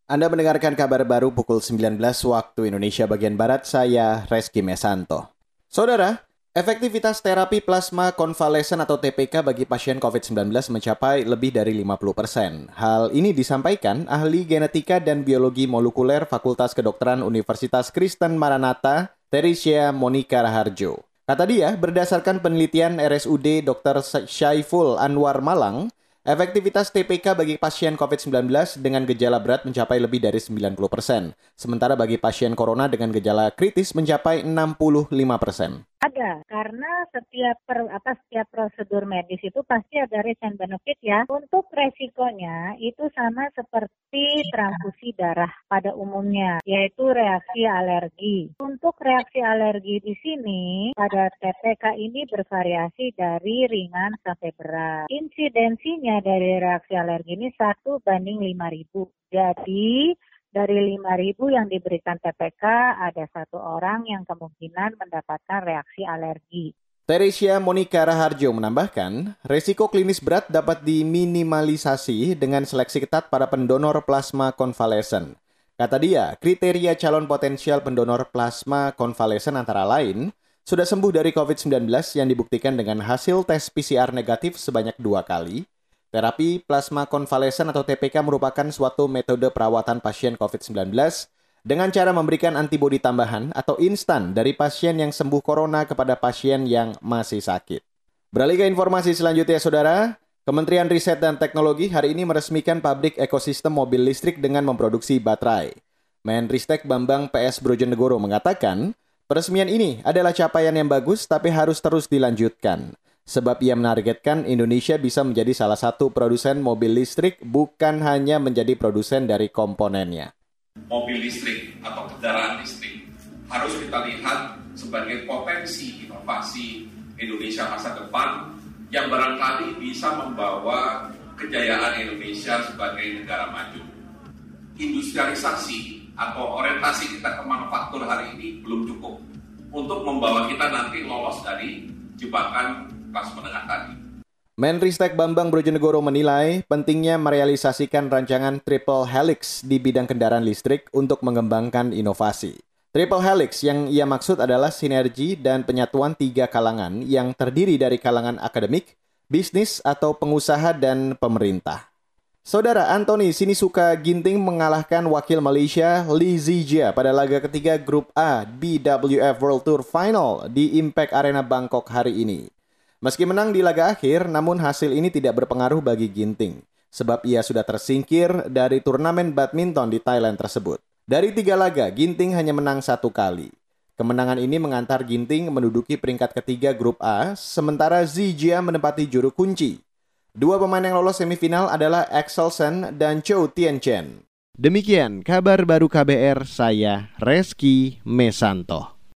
Anda mendengarkan kabar baru pukul 19 waktu Indonesia bagian Barat, saya Reski Mesanto. Saudara, efektivitas terapi plasma konvalesen atau TPK bagi pasien COVID-19 mencapai lebih dari 50%. Hal ini disampaikan ahli genetika dan biologi molekuler Fakultas Kedokteran Universitas Kristen Maranatha, Teresia Monika Raharjo. Kata dia, berdasarkan penelitian RSUD Dr. Syaiful Anwar Malang, efektivitas TPK bagi pasien COVID-19 dengan gejala berat mencapai lebih dari 90%. Sementara bagi pasien corona dengan gejala kritis mencapai 65%. Ada, karena setiap prosedur medis itu pasti ada risk and benefit ya. Untuk resikonya itu sama seperti transfusi darah pada umumnya, yaitu reaksi alergi. Untuk reaksi alergi di sini pada TPK ini bervariasi dari ringan sampai berat. Insidensinya dari reaksi alergi ini 1:5.000. Jadi dari 5.000 yang diberikan TPK, ada 1 orang yang kemungkinan mendapatkan reaksi alergi. Teresia Monika Raharjo menambahkan, resiko klinis berat dapat diminimalisasi dengan seleksi ketat para pendonor plasma konvalesen. Kata dia, kriteria calon potensial pendonor plasma konvalesen antara lain, sudah sembuh dari COVID-19 yang dibuktikan dengan hasil tes PCR negatif sebanyak 2 kali. Terapi plasma konvalesen atau TPK merupakan suatu metode perawatan pasien COVID-19 dengan cara memberikan antibodi tambahan atau instan dari pasien yang sembuh corona kepada pasien yang masih sakit. Beralih ke informasi selanjutnya, Saudara. Kementerian Riset dan Teknologi hari ini meresmikan pabrik ekosistem mobil listrik dengan memproduksi baterai. Menristek Bambang PS Brojonegoro mengatakan, peresmian ini adalah capaian yang bagus tapi harus terus dilanjutkan. Sebab ia menargetkan Indonesia bisa menjadi salah satu produsen mobil listrik, bukan hanya menjadi produsen dari komponennya. Mobil listrik atau kendaraan listrik harus kita lihat sebagai potensi inovasi Indonesia masa depan yang barangkali bisa membawa kejayaan Indonesia sebagai negara maju. Industrialisasi atau orientasi kita ke manufaktur hari ini belum cukup untuk membawa kita nanti lolos dari jebakan kelas menengah tadi. Menristek Bambang Brojonegoro menilai pentingnya merealisasikan rancangan Triple Helix di bidang kendaraan listrik untuk mengembangkan inovasi. Triple Helix yang ia maksud adalah sinergi dan penyatuan 3 kalangan yang terdiri dari kalangan akademik, bisnis atau pengusaha dan pemerintah. Saudara Anthony Sinisuka Ginting mengalahkan wakil Malaysia Lee Zijia pada laga ketiga Grup A BWF World Tour Final di Impact Arena Bangkok hari ini. Meski menang di laga akhir, namun hasil ini tidak berpengaruh bagi Ginting, sebab ia sudah tersingkir dari turnamen badminton di Thailand tersebut. Dari 3 laga, Ginting hanya menang 1 kali. Kemenangan ini mengantar Ginting menduduki peringkat ketiga Grup A, sementara Zijia menempati juru kunci. 2 pemain yang lolos semifinal adalah Axel Sen dan Chou Tien-chen. Demikian kabar baru KBR, saya Reski Mesanto.